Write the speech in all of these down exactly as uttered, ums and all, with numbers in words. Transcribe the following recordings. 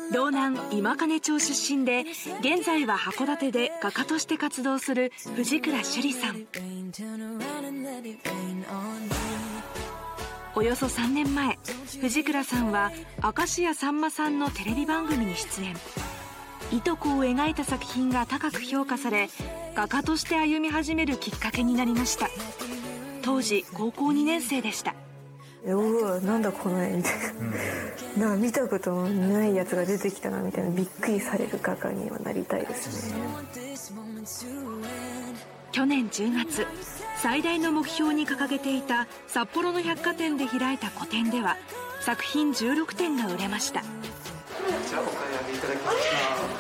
道南今金町出身で、現在は函館で画家として活動する藤倉朱里さん。およそさんねんまえ、藤倉さんは明石家さんまさんのテレビ番組に出演。いとこを描いた作品が高く評価され、画家として歩み始めるきっかけになりました。当時高校にねん生でした。 うわ、なんだこの絵みたいな、なんか見たこともないやつが出てきたなみたいな、びっくりされる画家にはなりたいですね。 去年じゅうがつ、最大の目標に掲げていた札幌の百貨店で開いた個展では、作品じゅうろくてんが売れました。 こちらお買い上げいただきました。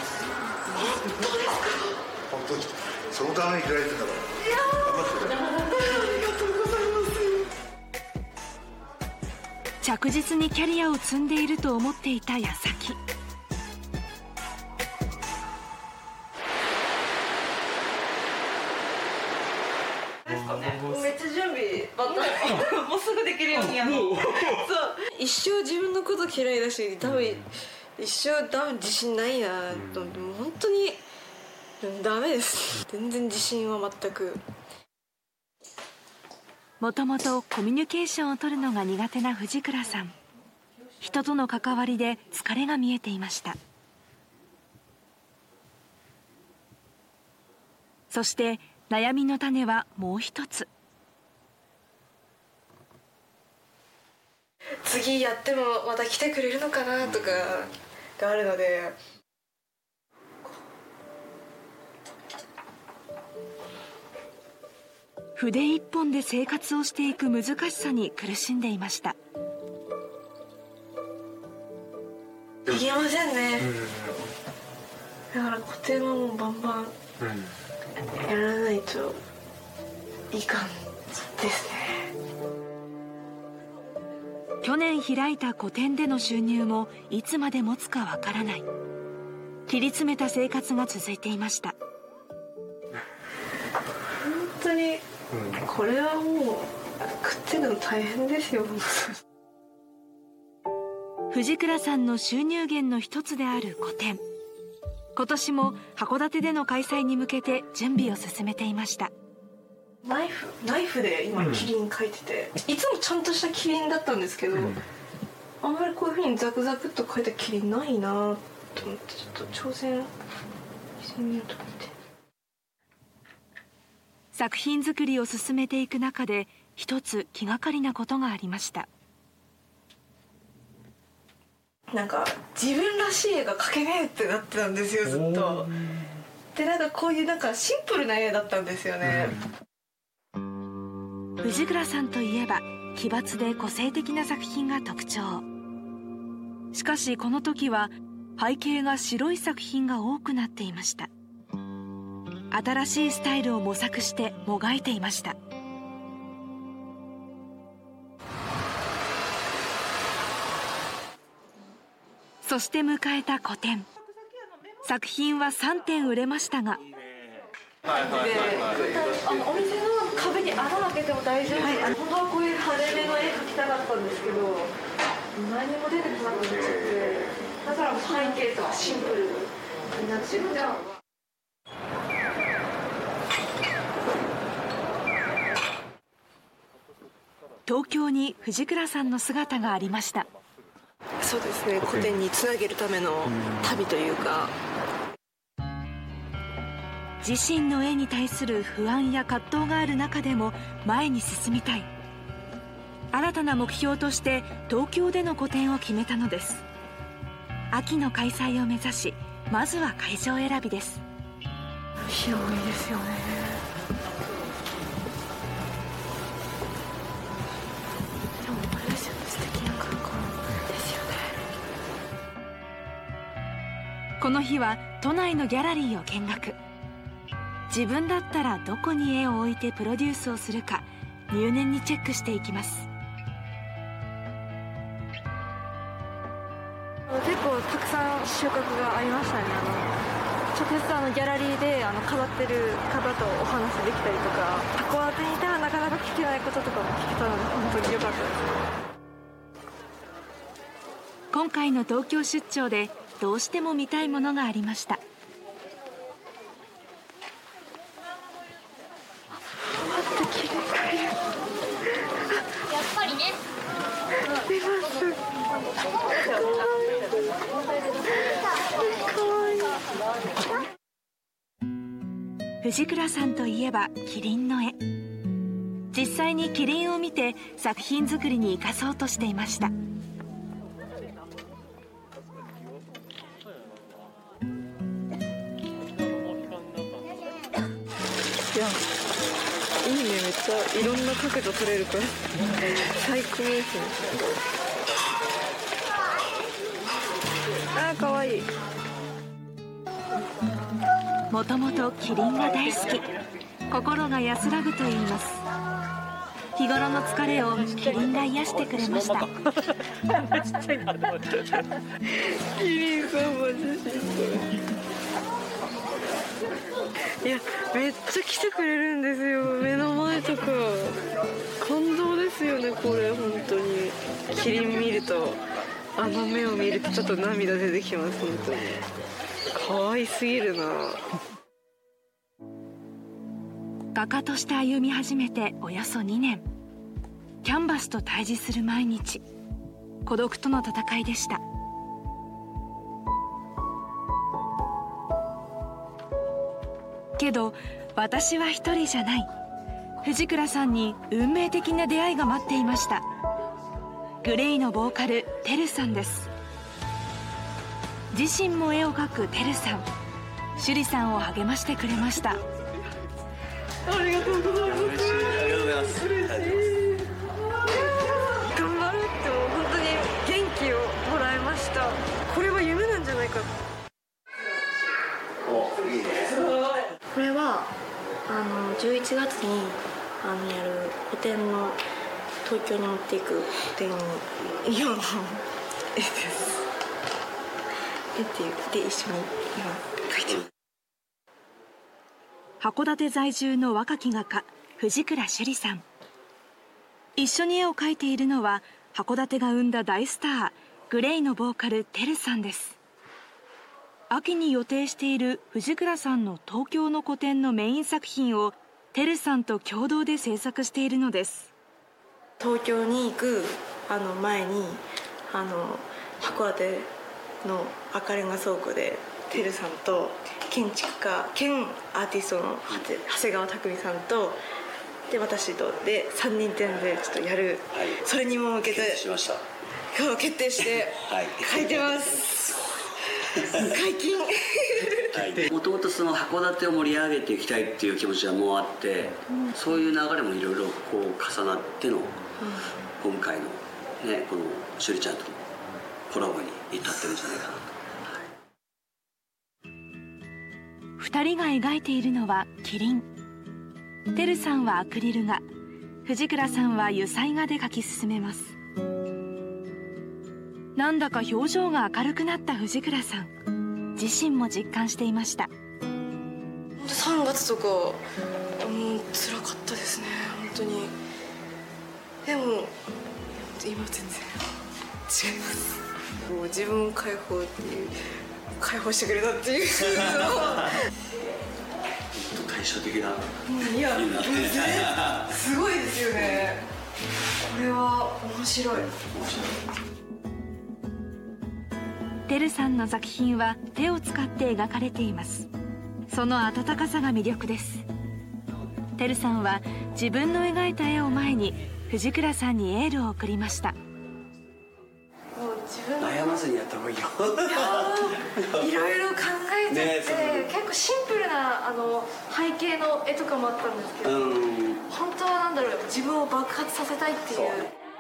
本当ですか？そのために開いてたから。いやー、 着実にキャリアを積んでいると思っていた矢先、 ですかね、めっちゃ準備バッタもうすぐできるようにやる。そう、一生自分のこと嫌いだし、多分一生多分自信ないなと思って、本当にダメです。全然自信は全く。 もともとコミュニケーションを取るのが苦手な藤倉さん。人との関わりで疲れが見えていました。そして悩みの種はもう一つ。 次やってもまた来てくれるのかなとかがあるので、 筆一本で生活をしていく難しさに苦しんでいました。 いけませんね、うん、だから個展はもうバンバンやらないといかんですね。 去年開いた個展での収入もいつまで持つかわからない。切り詰めた生活が続いていました。 本当にこれはもう食ってるの大変ですよ。 藤倉さんの収入源の一つである個展。今年も函館での開催に向けて準備を進めていました。 ナイフナイフで今キリン描いてて、うん、いつもちゃんとしたキリンだったんですけど、うん、あんまりこういう風にザクザクっと描いたキリンないなと思って、ちょっと挑戦してみようと思って。 作品作りを進めていく中で一つ気がかりなことがありました。 なんか自分らしい絵が描けねえってなってたんですよ、ずっと。で、なんかこういうなんかシンプルな絵だったんですよね。 藤倉さんといえば奇抜で個性的な作品が特徴。しかしこの時は背景が白い作品が多くなっていました。新しいスタイルを模索してもがいていました。そして迎えた個展。作品はさんてん売れましたが、 はいはいはいはい、あのお店の壁に穴開けても大丈夫、はい、本当はこういう派手めの絵描きたかったんですけど、何も出てこなくなっちゃって、だから背景とかシンプルになっちゃう。 東京に藤倉さんの姿がありました。 そうですね、個展につなげるための旅というか。 自身の絵に対する不安や葛藤がある中でも前に進みたい。新たな目標として東京での個展を決めたのです。秋の開催を目指し、まずは会場選びです。 広いですよね。でもあれですよね、素敵な空間ですよね。 この日は都内のギャラリーを見学。自分だったらどこに絵を置いてプロデュースをするか入念にチェックしていきます。 結構たくさん収穫がありましたね。あの直接あのギャラリーであの飾ってる方とお話できたりとか、函館にいたらなかなか聞けないこととかも聞けたので本当に良かったです。 今回の東京出張でどうしても見たいものがありました。 やっぱりね。 藤倉さんといえばキリンの絵。実際にキリンを見て作品作りに生かそうとしていました。いや、いいね、めっちゃいろんな角度撮れるから最高ですね。あー、かわいい。 もともとキリンが大好き、心が安らぐと言います。日頃の疲れをキリンが癒してくれました。 キリンさんマジいや、めっちゃ来てくれるんですよ、目の前とか。感動ですよね、これ。本当にキリン見ると、あの目を見るとちょっと涙出てきます。本当に可愛すぎるな。 画家として歩み始めておよそにねん。キャンバスと対峙する毎日、孤独との戦いでした。けど私は一人じゃない。藤倉さんに運命的な出会いが待っていました。グレイのボーカルてるさんです。自身も絵を描くてるさん、趣里さんを励ましてくれました。 ありがとうございます。 嬉しい。ありがとうございます。 嬉しい。頑張るってもう本当に元気をもらいました。これは夢なんじゃないか。 お、いいね。 これはあのじゅういちがつにあのやる個展の東京に持っていく個展用の絵です。絵って言って一緒に今描いてます。 函館在住の若き画家藤倉趣里さん。一緒に絵を描いているのは函館が生んだ大スターグレイのボーカルてるさんです。秋に予定している藤倉さんの東京の個展のメイン作品をてるさんと共同で制作しているのです。 東京に行くあの前にあの函館の赤レンガ倉庫でてるさんと建築家兼アーティストの長谷川匠さんとで私とでさんにん展でちょっとやる、はい、それにも向けてしました。 今日決定して書いてます。解禁。 もともとその函館を盛り上げていきたいっていう気持ちはもうあって、うん、そういう流れもいろいろこう重なっての、うん、今回のねこの趣里ちゃんとのコラボに至ってるんじゃないかなと。 二人が描いているのはキリン。てるさんはアクリル画、藤倉さんは油彩画で描き進めます。なんだか表情が明るくなった藤倉さん、自身も実感していました。 さんがつとか、うん、辛かったですね本当に。でも今全然違います。もう自分解放っていう解放してくれたっていう対照的な。 いやすごいですよね。これは面白い。面白い。 てるさんの作品は手を使って描かれています。その温かさが魅力です。てるさんは自分の描いた絵を前に藤倉さんにエールを送りました。 悩まずにやった方がいいよ。 いろいろ考えちゃって、 ね、 結構シンプルなあの背景の絵とかもあったんですけど、うん、本当はなんだろう、自分を爆発させたいっていう。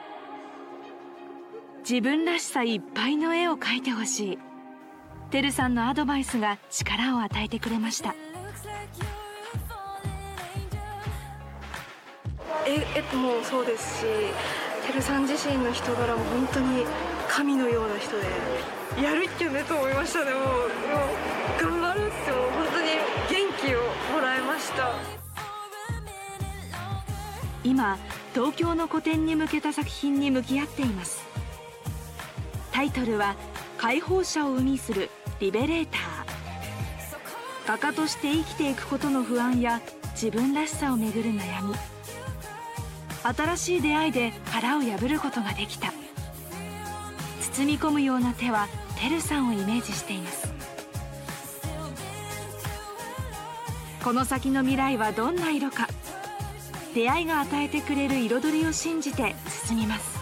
自分らしさいっぱいの絵を描いてほしい。てるさんのアドバイスが力を与えてくれました。 絵絵もそうですし、てるさん自身の人柄も本当に神のような人で、やるっきゃねと思いましたね。もう、もう頑張るってもう本当に元気をもらいました。 今東京の個展に向けた作品に向き合っています。タイトルは解放者を生みするリベレーター。画家として生きていくことの不安や自分らしさをめぐる悩み、新しい出会いで殻を破ることができた。包み込むような手はてるさんをイメージしています。この先の未来はどんな色か、出会いが与えてくれる彩りを信じて進みます。